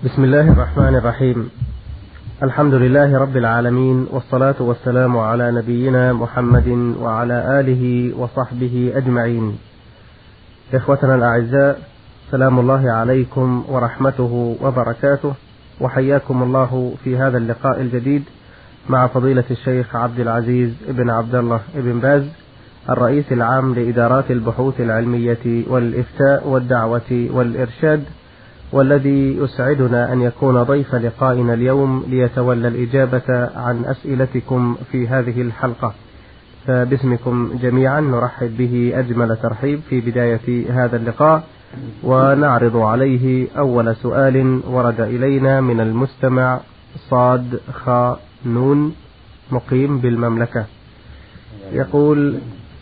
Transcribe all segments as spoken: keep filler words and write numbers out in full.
بسم الله الرحمن الرحيم. الحمد لله رب العالمين، والصلاة والسلام على نبينا محمد وعلى آله وصحبه أجمعين. إخوتنا الأعزاء، سلام الله عليكم ورحمته وبركاته، وحياكم الله في هذا اللقاء الجديد مع فضيلة الشيخ عبد العزيز بن عبد الله بن باز، الرئيس العام لإدارات البحوث العلمية والإفتاء والدعوة والإرشاد، والذي يسعدنا أن يكون ضيف لقائنا اليوم ليتولى الإجابة عن أسئلتكم في هذه الحلقة. فباسمكم جميعا نرحب به أجمل ترحيب في بداية هذا اللقاء، ونعرض عليه أول سؤال ورد إلينا من المستمع صاد خاء نون مقيم بالمملكة. يقول: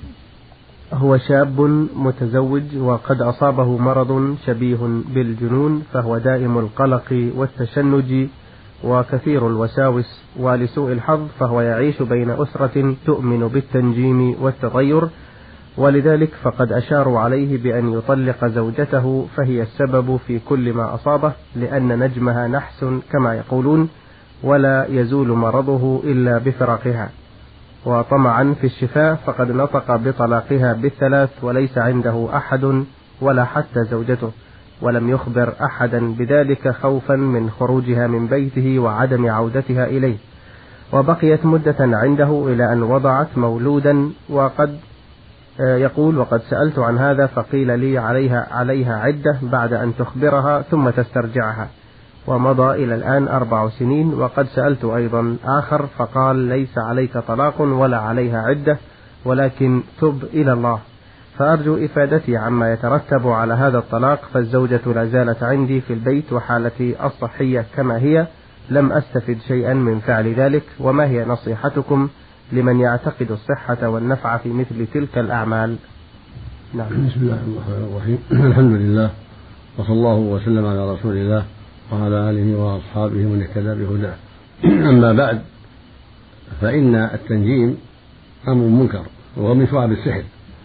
هو شاب متزوج وقد أصابه مرض شبيه بالجنون، فهو دائم القلق والتشنج وكثير الوساوس، ولسوء الحظ فهو يعيش بين أسرة تؤمن بالتنجيم والتطير، ولذلك فقد أشاروا عليه بأن يطلق زوجته، فهي السبب في كل ما أصابه، لأن نجمها نحس كما يقولون، ولا يزول مرضه إلا بفراقها. وطمعا في الشفاء فقد نطق بطلاقها بالثلاث، وليس عنده أحد ولا حتى زوجته، ولم يخبر أحدا بذلك خوفا من خروجها من بيته وعدم عودتها إليه. وبقيت مدة عنده إلى أن وضعت مولودا، وقد يقول: وقد سألت عن هذا فقيل لي عليها عليها عدة بعد أن تخبرها ثم تسترجعها، ومضى إلى الآن أربع سنين. وقد سألت أيضا آخر فقال: ليس عليك طلاق ولا عليها عدة، ولكن تب إلى الله. فأرجو إفادتي عما يترتب على هذا الطلاق، فالزوجة لا زالت عندي في البيت وحالتي الصحية كما هي، لم أستفد شيئا من فعل ذلك، وما هي نصيحتكم لمن يعتقد الصحة والنفع في مثل تلك الأعمال؟ نعم. بسم الله الرحمن الرحيم. الحمد لله، وصلى الله وسلم على رسول الله وعلى آله وأصحابه من اهتدى بهداه. أما بعد، فإن التنجيم أمر منكر وهو من شعب السحر،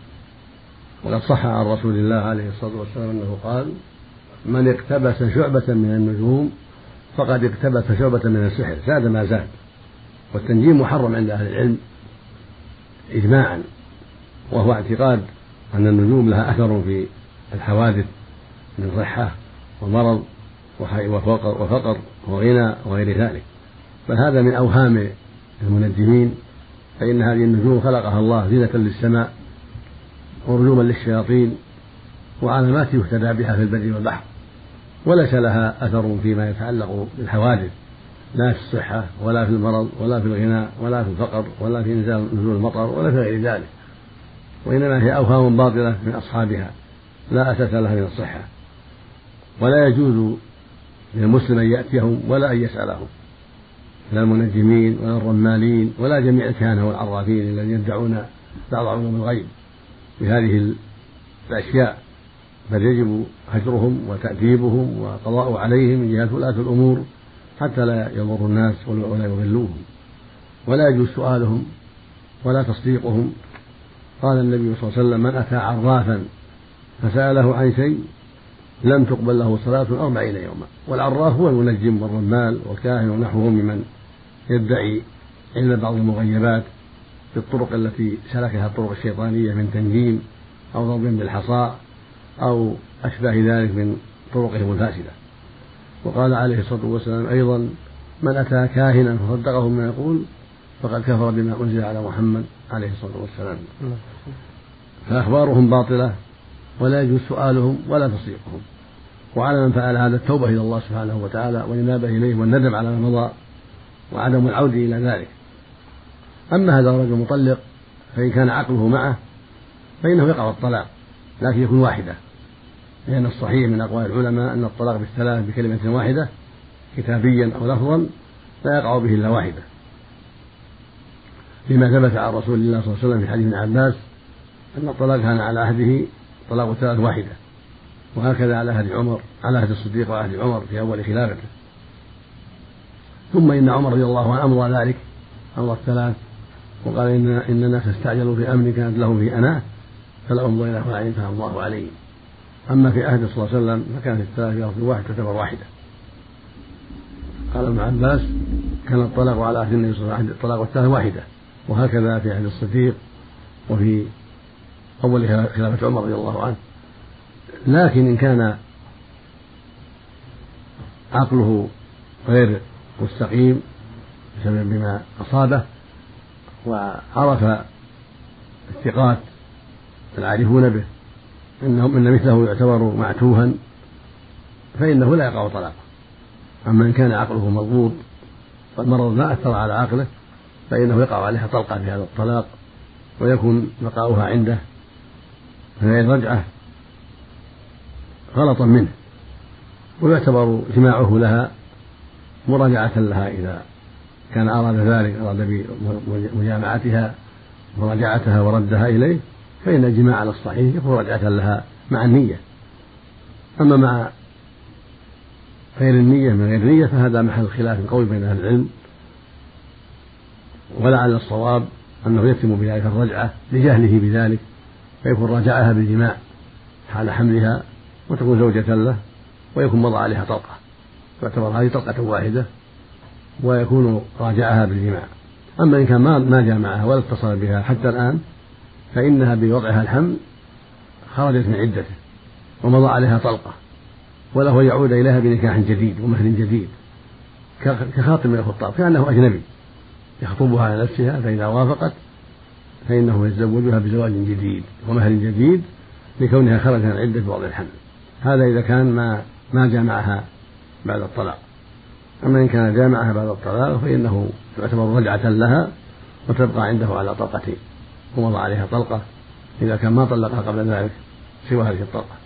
وقد صح عن رسول الله عليه الصلاة والسلام أنه قال: من اقتبس شعبة من النجوم فقد اقتبس شعبة من السحر، زاد ما زاد. والتنجيم محرم عند أهل العلم إجماعا، وهو اعتقاد أن النجوم لها أثر في الحوادث من صحة ومرض وفقر وغنى وغير ذلك، بل هذا من أوهام المنجمين، فإن هذه النجوم خلقها الله زينة للسماء ورجوما للشياطين وعلامات يهتدى بها في البر والبحر، وليس لها أثر فيما يتعلق بالحوادث، لا في الصحة ولا في المرض ولا في الغنى ولا في الفقر ولا في نزول المطر ولا في غير ذلك، وإنما هي أوهام باطلة من أصحابها لا أساس لها من الصحة. ولا يجوز للمسلم أن يأتيهم ولا أن يسألهم، لا المنجمين ولا الرمالين ولا جميع الكهنة والعرافين الذين يدعون بعض علوم الغيب بهذه الأشياء، بل يجب هجرهم وتأديبهم وقضاء عليهم من جهة ولاة الأمور حتى لا يضر الناس ولا يضلوهم. ولا يجوز سؤالهم ولا تصديقهم. قال النبي صلى الله عليه وسلم: من أتى عرافا فسأله عن شيء لم تقبل له صلاة أربعين يوما. والعراف هو المنجم والرمال والكاهن ونحوهم ممن يدعي علم بعض المغيبات بالطرق التي سلكها الطرق الشيطانية من تنجيم أو ضرب بالحصى أو أشباه ذلك من طرقهم الفاسدة. وقال عليه الصلاة والسلام أيضا: من أتى كاهنا فصدقه ما يقول فقد كفر بما أنزل على محمد عليه الصلاة والسلام. فأخبارهم باطلة ولا يجوز سؤالهم ولا تصديقهم. وعلى من فعل هذا التوبة إلى الله سبحانه وتعالى والإنابة إليه والندم على ما مضى وعدم العودة إلى ذلك. أما هذا الرجل المطلق فإن كان عقله معه فإنه يقع الطلاق، لكن يكون واحدة، لأن الصحيح من أقوال العلماء أن الطلاق بالثلاث بكلمة واحدة كتابيا أو لفظا لا يقع به إلا واحدة، لما ثبت عن رسول الله صلى الله عليه وسلم في حديث ابن عباس أن الطلاق كان على عهده طلاق الثلاث واحدة، وهكذا على عهد عمر على عهد الصديق وعهد عمر في أول خلافته. ثم إن عمر رضي الله عنه أمضى ذلك أمر الثلاث، وقال إن إن الناس استعجلوا في أمر كانت له في أناه فلا أمضى إلى فاعل فهم الله عليه. أما في عهد صلى الله عليه وسلم فكانت الثلاث في لفظ واحد تعتبر واحدة. قال ابن عباس كان الطلاق على عهد النبي صلى الله عليه وسلم الطلاق والثلاث واحدة، وهكذا في عهد الصديق وفي أول خلافة عمر رضي الله عنه. لكن إن كان عقله غير مستقيم بسبب بما أصابه وعرف الثقات العارفون به إنهم إن مثله يعتبر معتوها فإنه لا يقع طلاقه. أما إن كان عقله مضبوط والمرض ما أثر على عقله فإنه يقع عليها طلقة في هذا الطلاق، ويكون بقاؤها عنده من غير رجعة غلطا منه، ويعتبر جماعه لها مراجعة لها إذا كان أراد ذلك، أراد بمجامعتها مراجعتها وردها إليه، فإن الجماع على الصحيح يكون رجعة لها مع النية. أما مع غير النية من غير نية فهذا محل خلاف قوي بين أهل العلم، ولعل الصواب أنه يتم بذلك الرجعة لجهله بذلك، فيكون راجعها بالجماع حال حملها وتكون زوجة له، ويكون مضى عليها طلقة، تعتبر هذه طلقة واحدة ويكون راجعها بالجماع. أما إن كان ما جامعها ولا اتصل بها حتى الآن فإنها بوضعها الحمل خرجت من عدته ومضى عليها طلقة، وله يعود إليها بنكاح جديد ومهر جديد كخاطب من الخطاب، كأنه أجنبي يخطبها على نفسها، فإذا وافقت فإنه يتزوجها بزواج جديد ومهر جديد لكونها خرجت من عدة بوضع الحمل. هذا إذا كان ما ما جامعها بعد الطلاق. أما إن كان جامعها بعد الطلاق فإنه يعتبر رجعة لها وتبقى عنده على طلقتين، ومضى عليها طلقة إذا كان ما طلقها قبل ذلك سوى هذه الطلقة.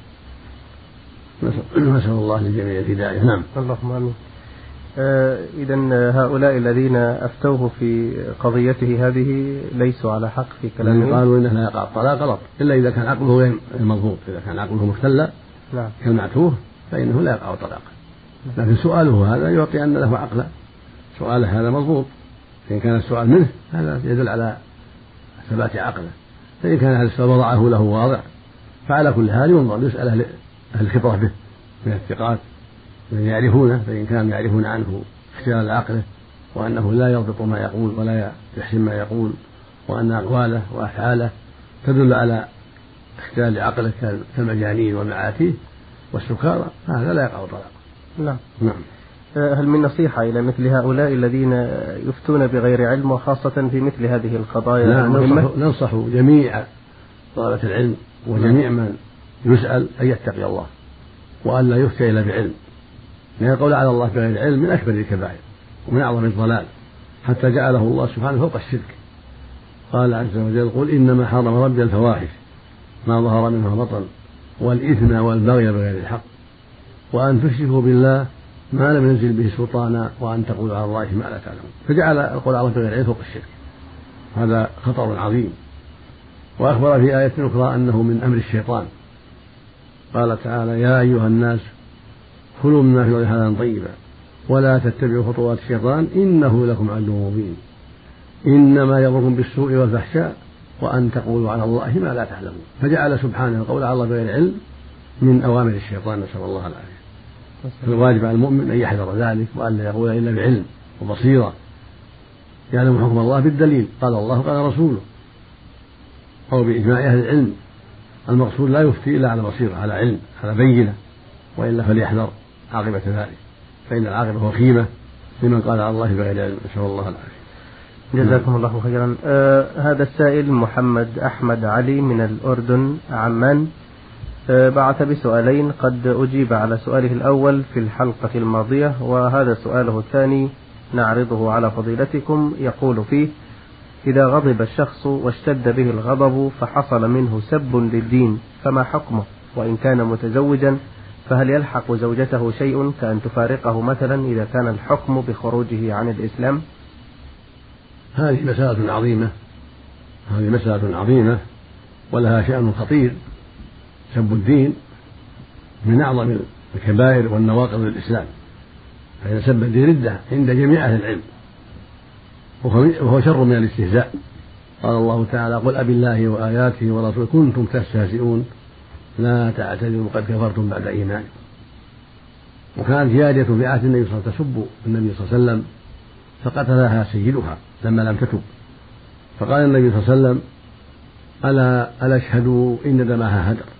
نسأل الله للجميع الهداية. نعم. اللهم آمين. آه إذن هؤلاء الذين أفتوه في قضيته هذه ليسوا على حق في كلامهم. قالوا إنه لا يقع الطلاق غلط إلا إذا كان عقله غير مضبوط، إذا كان عقله مختل نعم. كالمعتوه فإنه لا يقع الطلاق. لكن سؤاله هذا يعطي أن له عقلا، سؤاله هذا مضبوط، إن كان السؤال منه هذا يدل على ثبات عقله، فإن كان هذا السؤال وضعه له واضع فعلى كل حال ينظر يسأل أهل الخبرة به من الثقات من يعرفونه، فإن كانوا يعرفون عنه اختلال عقله وأنه لا يضبط ما يقول ولا يحسن ما يقول، وأن أقواله وأفعاله تدل على اختلال عقله كالمجانين والمعاتيه والسكارى، هذا لا يقع طلاق. نعم. نعم. هل من نصيحة إلى مثل هؤلاء الذين يفتون بغير علم وخاصة في مثل هذه القضايا المهمة؟ ننصح جميع طلبة العلم وجميع من يسأل أن يتقي الله وأن لا يفتي إلا بعلم، لأن القول على الله بغير علم من أكبر الكبائر ومن أعظم الضلال، حتى جعله الله سبحانه فوق الشرك. قال عز وجل: قل إنما حرم ربي الفواحش ما ظهر منها بطن والإثم والبغي بغير الحق وأن تشركوا بالله ما لم ينزل به سلطانا وأن تقولوا على الله ما لا تعلمون. فجعل القول على الله بغير علم فوق الشرك، هذا خطر عظيم. وأخبر في آية أخرى أنه من أمر الشيطان، قال تعالى: يا أيها الناس كلوا مما في الأرض حلالا طيبا ولا تتبعوا خطوات الشيطان إنه لكم عدو مبين إنما يأمركم بالسوء والفحشاء وأن تقولوا على الله ما لا تعلمون. فجعل سبحانه القول على الله بغير علم من أوامر الشيطان، نسأل الله العافية. فالواجب على المؤمن أن يحذر ذلك وأن لا يقول إلا بعلم وبصيرة، يعلم حكم الله بالدليل، قال الله قال رسوله، أو بإجماع أهل العلم. المقصود لا يفتي إلا على بصيرة، على علم، على بينة، وإلا فليحذر عاقبة ذلك، فإن العاقبة وخيمة لمن قال على الله بغير علم، نسأل الله العافية. جزاكم الله خيرا. آه هذا السائل محمد أحمد علي من الأردن عمان آه بعث بسؤالين، قد أجيب على سؤاله الأول في الحلقة الماضية، وهذا سؤاله الثاني نعرضه على فضيلتكم. يقول فيه: إذا غضب الشخص واشتد به الغضب فحصل منه سب للدين فما حكمه؟ وإن كان متزوجا فهل يلحق زوجته شيء كأن تفارقه مثلا إذا كان الحكم بخروجه عن الإسلام؟ هذه مسألة عظيمة، هذه مسألة عظيمة ولها شأن خطير. سب الدين من أعظم الكبائر والنواقض للإسلام، فإذا سب الدين ردة عند جميع أهل العلم، وهو شر من الاستهزاء. قال الله تعالى: قل أبي الله وآياته ورسوله كنتم تستهزئون لا تعتذروا قد كفرتم بعد إيمانكم. وكانت جارية في عهد النبي صلى الله عليه وسلم تسب النبي صلى الله عليه وسلم فقتلها سيدها لما لم تتب، فقال النبي صلى الله عليه وسلم: ألا ألا اشهدوا إن دمها هدر.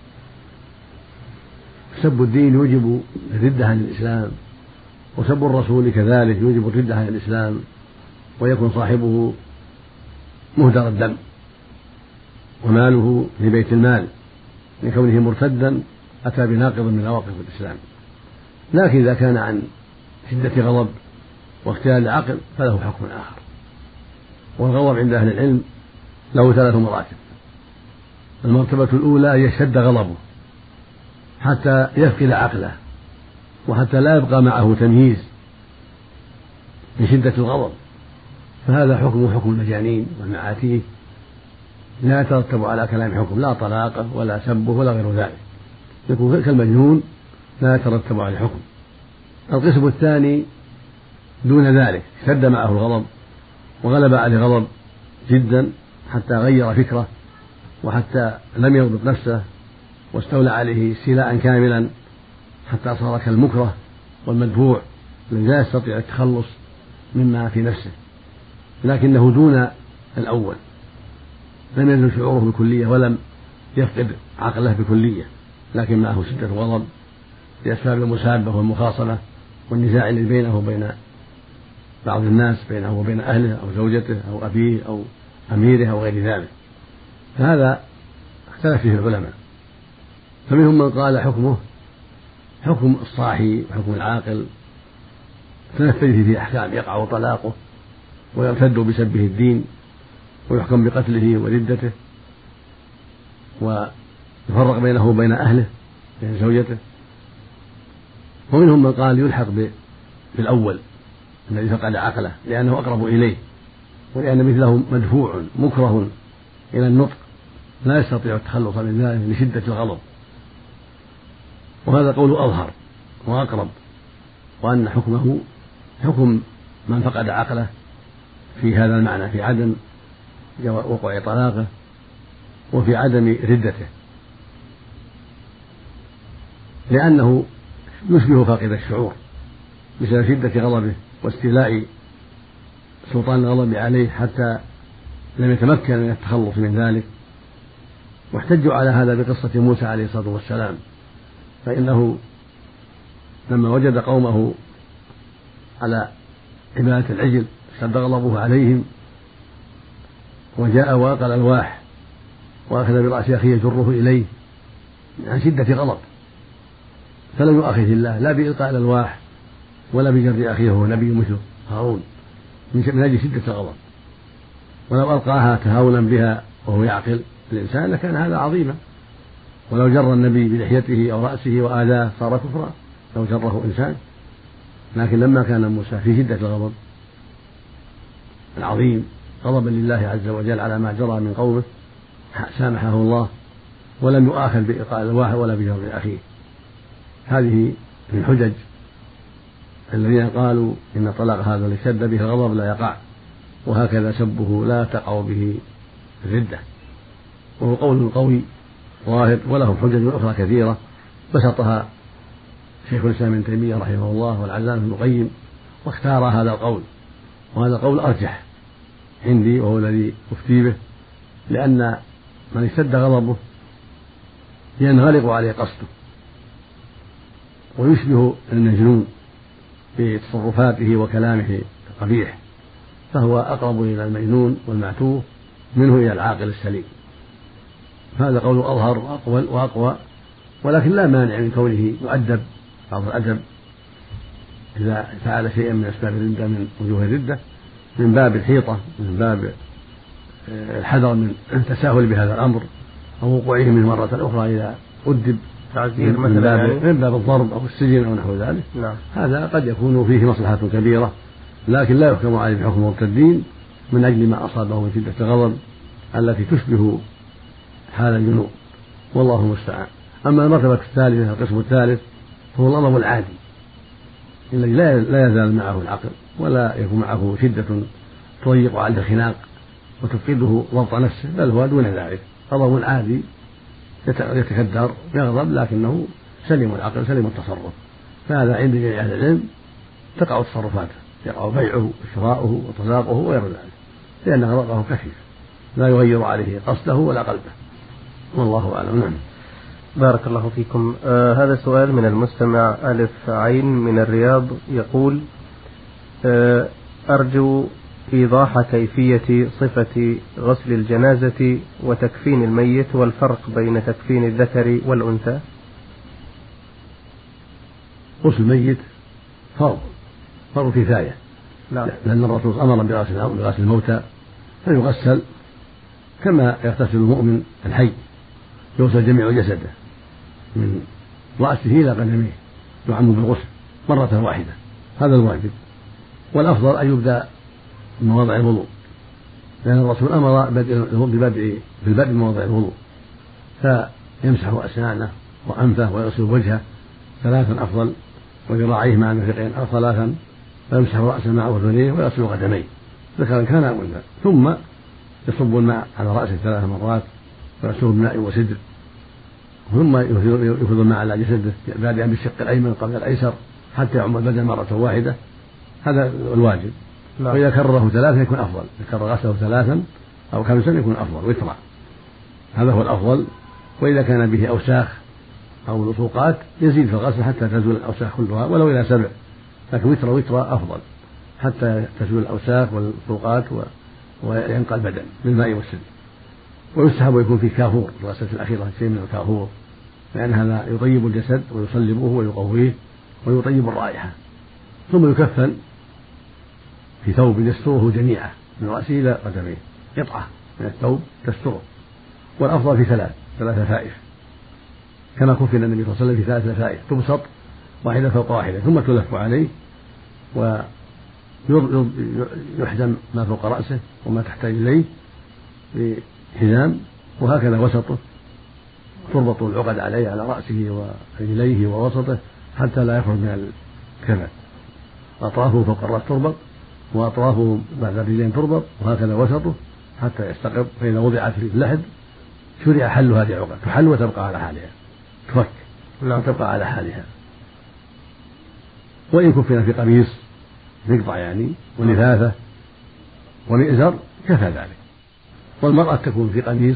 سب الدين يوجب الردة عن الإسلام، وسب الرسول كذلك يوجب الردة عن الإسلام، ويكون صاحبه مهدر الدم وماله لبيت المال لكونه مرتدا أتى بناقض من نواقض الإسلام. لكن إذا كان عن شدة غضب واختلال العقل فله حكم آخر. والغضب عند أهل العلم له ثلاث مراتب. المرتبة الأولى أن يشتد غضبه حتى يفقد عقله وحتى لا يبقى معه تمييز من شدة الغضب، فهذا حكمه حكم المجانين والمعاتيه، لا يترتب على كلام حكم لا طلاقه ولا سبه ولا غير ذلك، يكون كالمجنون لا يترتب عليه حكم. القسم الثاني دون ذلك اشتد معه الغضب وغلب عليه غضب جدا حتى غير فكره وحتى لم يضبط نفسه واستولى عليه استيلاء كاملا حتى صار كالمكره والمدفوع الذي لا يستطيع التخلص مما في نفسه، لكنه دون الأول، لم يزل شعوره بكلية ولم يفقد عقله بكلية، لكن معه شدة غضب لأسباب المسابة والمخاصمة والنزاع الذي بينه وبين بعض الناس، بينه وبين أهله أو زوجته أو أبيه أو أميره أو غير ذلك، فهذا اختلف فيه العلماء. فمنهم من قال حكمه حكم الصاحي وحكم العاقل تنفذ فيه أحكام، يقع طلاقه ويرتد بسبه الدين ويحكم بقتله وردته ويفرق بينه وبين أهله بين زوجته. ومنهم من قال يلحق بالأول الذي فقد عقله لأنه أقرب إليه، ولأن مثله مدفوع مكره إلى النطق لا يستطيع التخلص من ذلك لشدة الغضب، وهذا قول أظهر وأقرب، وأن حكمه حكم من فقد عقله في هذا المعنى، في عدم وقوع طلاقه وفي عدم ردته، لأنه يشبه فاقد الشعور بسبب شدة غضبه واستيلاء سلطان الغضب عليه حتى لم يتمكن من التخلص من ذلك. واحتجوا على هذا بقصة موسى عليه الصلاة والسلام، فإنه لما وجد قومه على عبادة العجل اشتد غضبه عليهم وجاء وألقى الألواح وأخذ برأس أخيه يجره إليه عن شدة غضب، فلم يؤاخذه الله لا بإلقاء الألواح ولا بجر أخيه وهو نبي مثله هارون من أجل شدة الغضب، ولو ألقاها تهاونا بها وهو يعقل الإنسان لكان هذا عظيما، ولو جر النبي بلحيته أو رأسه وآذاه صار كفرا لو جره إنسان. لكن لما كان موسى في شدة الغضب العظيم غضبا لله عز وجل على ما جرى من قومه سامحه الله ولم يؤاخذ بإلقاء الألواح ولا بجر أخيه. هذه من حجج الذين قالوا إن طلاق هذا اللي اشتد به الغضب لا يقع، وهكذا سبه لا تقع به الردة، وهو قول قوي ظاهر، ولهم حجج أخرى كثيرة بسطها شيخ الإسلام ابن تيمية رحمه الله والعلامة ابن القيم، واختار هذا القول، وهذا القول أرجح عندي وهو الذي أفتي به، لأن من اشتد غضبه ينغلق عليه قصده ويشبه المجنون في تصرفاته وكلامه القبيح، فهو أقرب إلى المجنون والمعتوه منه إلى العاقل السليم. هذا قول أظهر وأقوى، ولكن لا مانع من كونه يؤدب بعض الأدب إذا فعل شيئا من أسباب الردة من وجوه الردة من باب الحيطة، من باب الحذر من التساهل بهذا الأمر أو وقوعه منه مرة أخرى إذا أدب تعزير من مثلا باب, يعني. من باب الضرب أو السجن أو نحو ذلك. نعم. هذا قد يكون فيه مصلحة كبيرة، لكن لا يحكم عليه بحكم المرتدين من أجل ما أصابه من شدة الغضب التي تشبه حال الجنون، والله المستعان. أما المرتبة الثالثة القسم الثالث هو الغضب العادي الذي لا يزال معه العقل ولا يكون معه شدة تضيق عليه الخناق وتفقده ضبط نفسه، بل هو دون ذلك غضب عادي يتكدر يغضب لكنه سليم العقل سليم التصرف، فهذا عند جميع أهل العلم تقع تصرفاته، يقع بيعه وشراؤه وطلاقه وغير ذلك، لأن غرضه كثير لا يغير عليه قصده ولا قلبه، والله أعلم. نعم. بارك الله فيكم. آه هذا سؤال من المستمع ألف عين من الرياض، يقول: آه أرجو إيضاح كيفية صفة غسل الجنازة وتكفين الميت والفرق بين تكفين الذكر والأنثى. غسل الميت فرض فرض كفاية، لا. لأن الرسول أمر بغسل الموتى فيغسل كما يغتسل المؤمن الحي، يغسل جميع جسده من رأسه إلى قدميه، يعم بالغسل مرة واحدة، هذا الواجب. والأفضل أن يبدأ من مواضع الوضوء، لأن الرسول أمر بالبدء بالبدء من مواضع الوضوء، فيمسح أسنانه وأنفه ويغسل وجهه ثلاثا أفضل، وذراعيه مع المرفقين أو ثلاثا، ويمسح رأسه مع أذنيه ويغسل قدميه ذكرا كان أو أنثى، ثم يصب الماء على رأسه ثلاث مرات ويغسله بماء وسدر، ثم يفيض الماء على جسده بادئا بالشق الأيمن قبل الأيسر حتى يعم البدن مرة واحدة، هذا الواجب. لا. وإذا كرره ثلاثا يكون أفضل، إذا كرر غسله ثلاثا أو خمسا يكون أفضل وترا، هذا هو الأفضل. وإذا كان به أوساخ أو لصوقات يزيد في الغسل حتى تزول الأوساخ كلها ولو إلى سبع، لكن وترا وترا أفضل حتى تزول الأوساخ واللصوقات وينقى البدن بالماء والسدر. ويستحب يكون فيه كافور في الغسلة الأخيرة، شيء من الكافور، لأن هذا يطيب الجسد ويصلبه ويقويه ويطيب الرائحة. ثم يكفن في ثوب يستره جميعا من رأسه إلى قدميه، قطعة من الثوب تستره، والأفضل في ثلاث ثلاث لفائف كما كفن النبي صلى الله عليه وسلم في ثلاث لفائف تبسط واحدة فوق واحدة ثم تلف عليه، ويحزم ما فوق رأسه وما تحتاج إليه بحزام، وهكذا وسطه تربط العقد عليه على رأسه ورجليه ووسطه حتى لا يخرج من الكفن، أطرافه فوق الرأس تربط وأطرافه بعد الرجلين تربط، وهكذا وسطه حتى يستقر. فإذا وضعت في اللحد شرع حل هذه العقد، تحل وتبقى على حالها، تفك وتبقى على حالها. وإن كفن في قميص نقطع يعني ولفافة ومئزر كفى ذلك. والمرأة تكون في قميص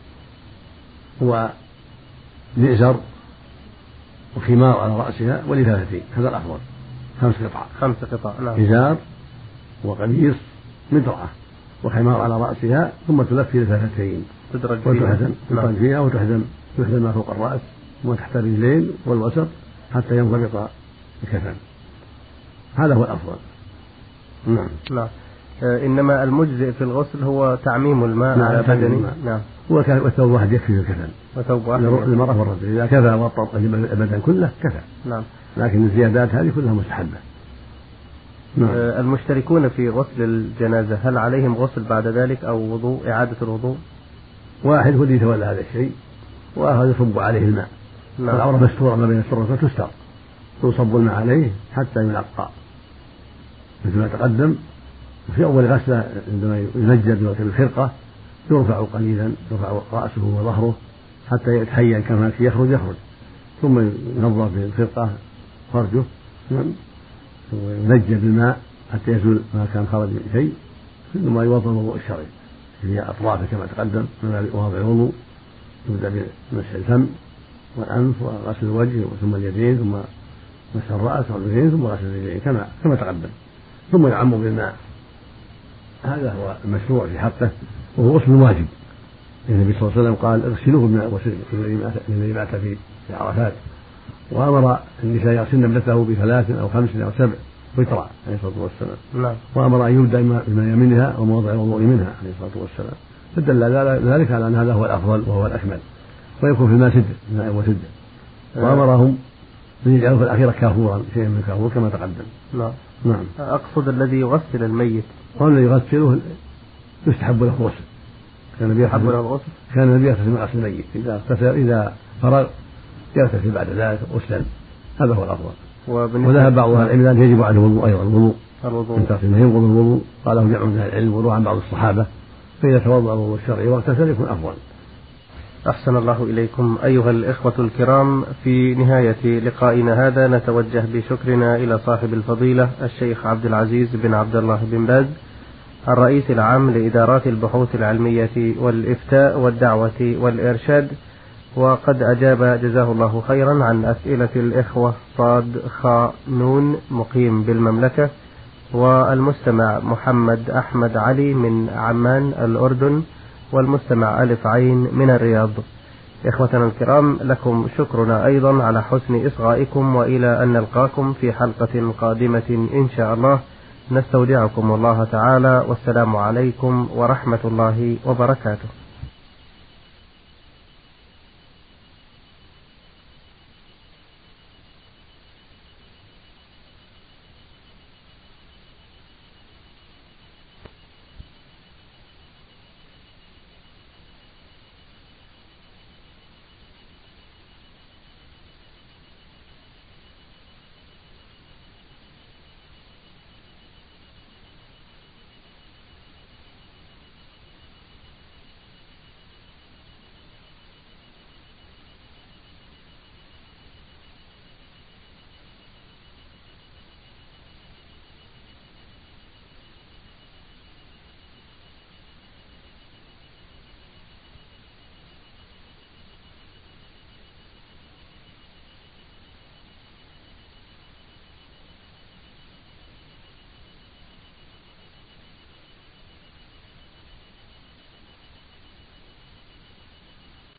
ومئزر وخمار على رأسها ولفافتين، هذا الأفضل، خمس قطع خمس قطع نعم. إزار وقميص مدرعة وخمار على رأسها، ثم تلف في لفافتين وتحزم نعم. فيها وتحزم تحزم ما فوق الرأس وتحت الرجلين والوسط حتى ينضبط الكفن، هذا هو الأفضل. نعم. نعم. آه إنما المجزئ في الغسل هو تعميم الماء نعم. على بدنه نعم. والثوب واحد يكفي في الكفن، وثوب واحد للمرأة والرجل إذا كفى وطأ البدن كله كفى نعم. لكن الزيادات هذه كلها مستحبة. نعم. آه المشتركون في غسل الجنازة هل عليهم غسل بعد ذلك أو وضوء إعادة الوضوء؟ واحد هو اللي يتولى هذا الشيء وآخر يصب عليه الماء نعم. والعورة مستورة ما بين السرة وتستر، يصب الماء عليه حتى ينقى مثل ما تقدم. وفي أول غسلة عندما ينجد بالخرقة يرفع قليلا، يرفع رأسه وظهره حتى يتحين كما يخرج يخرج ثم ينظف بالخرقة فرجه وينجد بالماء حتى يزول ما كان خرج من شيء، ثم يوضأ الوضوء الشرعي في أطرافه كما تقدم من مواضع الوضوء، يبدأ بمسح الفم والأنف وغسل الوجه ثم اليدين ثم مسح الرأس والرجلين ثم غسل الرجلين كما كما تقدم، ثم يعم بالماء. هذا هو المشروع في حقه وهو غسل واجب. النبي صلى الله عليه وسلم قال اغسلوه بالماء الذي مات في عرفات، وأمر النساء يغسلن ابنته بثلاث أو خمس أو سبع وترا عليه الصلاة والسلام نعم. وأمر أن يبدأ بما يمينها وموضع الوضوء منها عليه الصلاة والسلام، فدل ذلك على أن هذا هو الأفضل وهو الأكمل، ويكون في الماء سدر الماء وسدر. وأمرهم أن يجعلوا في الأخيرة كافورا شيئا من الكافور كما تقدم. نعم. نعم. أقصد الذي يغسل الميت والذي يغسله يستحب له الغسل، كان النبي يستحب له الغسل كان النبي يغسل من غسل الميت إذا اغتسل إذا فرغ يغتسل بعد ذلك غسلا، هذا هو الأفضل. وذهب بعض أهل العلم أن يجب عليه الوضوء أيضا الوضوء الوضوء ينقض الوضوء، قاله جمع من أهل العلم وروى عن بعض الصحابة، فإذا توضأ الوضوء الشرعي واغتسل يكون أفضل. أحسن الله إليكم أيها الإخوة الكرام. في نهاية لقائنا هذا نتوجه بشكرنا إلى صاحب الفضيلة الشيخ عبد العزيز بن عبد الله بن باز الرئيس العام لإدارات البحوث العلمية والإفتاء والدعوة والإرشاد، وقد أجاب جزاه الله خيرا عن أسئلة الإخوة صاد خاء نون مقيم بالمملكة، والمستمع محمد أحمد علي من عمان الأردن، والمستمع ألف عين من الرياض. إخوتنا الكرام، لكم شكرنا أيضا على حسن إصغائكم، وإلى أن نلقاكم في حلقة قادمة إن شاء الله. نستودعكم الله تعالى، والسلام عليكم ورحمة الله وبركاته.